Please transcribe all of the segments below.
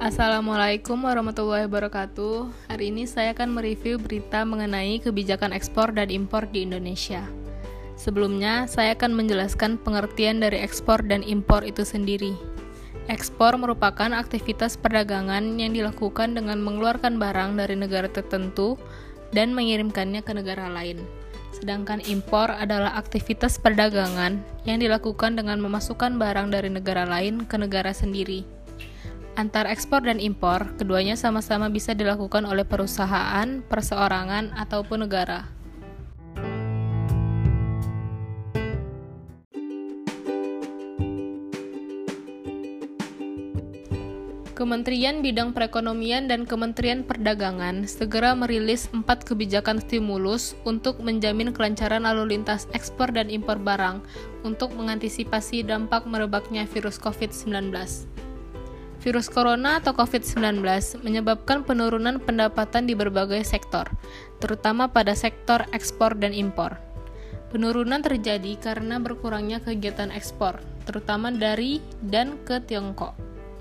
Assalamualaikum warahmatullahi wabarakatuh. Hari ini saya akan mereview berita mengenai kebijakan ekspor dan impor di Indonesia. Sebelumnya, saya akan menjelaskan pengertian dari ekspor dan impor itu sendiri. Ekspor merupakan aktivitas perdagangan yang dilakukan dengan mengeluarkan barang dari negara tertentu dan mengirimkannya ke negara lain. Sedangkan impor adalah aktivitas perdagangan yang dilakukan dengan memasukkan barang dari negara lain ke negara sendiri. Antara ekspor dan impor, keduanya sama-sama bisa dilakukan oleh perusahaan, perseorangan, ataupun negara. Kementerian Bidang Perekonomian dan Kementerian Perdagangan segera merilis 4 kebijakan stimulus untuk menjamin kelancaran lalu lintas ekspor dan impor barang untuk mengantisipasi dampak merebaknya virus COVID-19. Virus corona atau COVID-19 menyebabkan penurunan pendapatan di berbagai sektor, terutama pada sektor ekspor dan impor. Penurunan terjadi karena berkurangnya kegiatan ekspor, terutama dari dan ke Tiongkok.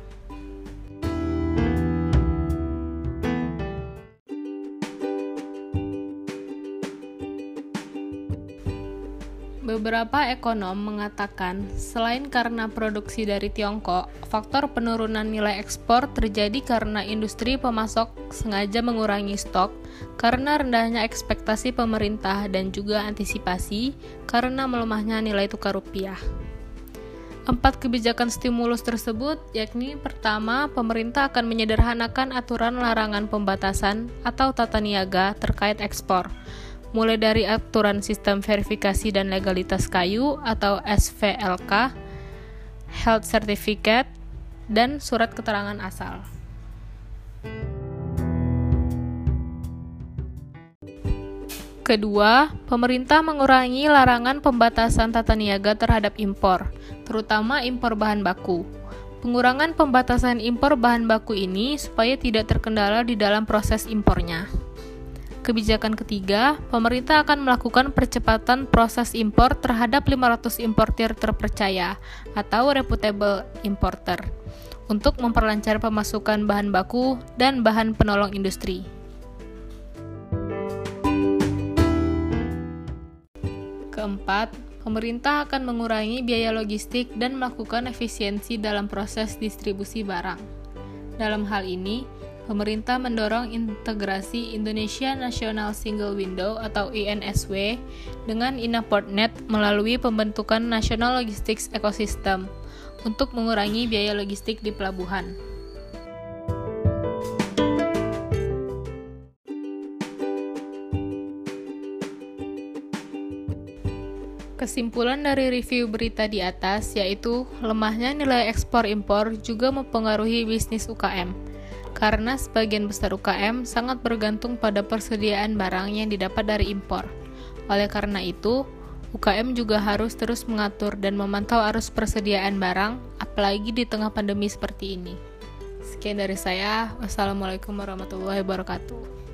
Beberapa ekonom mengatakan, selain karena produksi dari Tiongkok, faktor penurunan nilai ekspor terjadi karena industri pemasok sengaja mengurangi stok karena rendahnya ekspektasi pemerintah dan juga antisipasi karena melemahnya nilai tukar rupiah. 4 kebijakan stimulus tersebut yakni pertama, pemerintah akan menyederhanakan aturan larangan pembatasan atau tata niaga terkait ekspor, mulai dari aturan sistem verifikasi dan legalitas kayu atau SVLK, health certificate, dan surat keterangan asal. Kedua, pemerintah mengurangi larangan pembatasan tata niaga terhadap impor, terutama impor bahan baku. Pengurangan pembatasan impor bahan baku ini supaya tidak terkendala di dalam proses impornya. Kebijakan ketiga, pemerintah akan melakukan percepatan proses impor terhadap 500 importir terpercaya atau reputable importer untuk memperlancar pemasukan bahan baku dan bahan penolong industri. Keempat, pemerintah akan mengurangi biaya logistik dan melakukan efisiensi dalam proses distribusi barang. Dalam hal ini, pemerintah mendorong integrasi Indonesia National Single Window atau INSW dengan INAPORTNET melalui pembentukan National Logistics Ecosystem untuk mengurangi biaya logistik di pelabuhan. Kesimpulan dari review berita di atas yaitu lemahnya nilai ekspor-impor juga mempengaruhi bisnis UKM. Karena sebagian besar UKM sangat bergantung pada persediaan barang yang didapat dari impor. Oleh karena itu, UKM juga harus terus mengatur dan memantau arus persediaan barang, apalagi di tengah pandemi seperti ini. Sekian dari saya. Wassalamualaikum warahmatullahi wabarakatuh.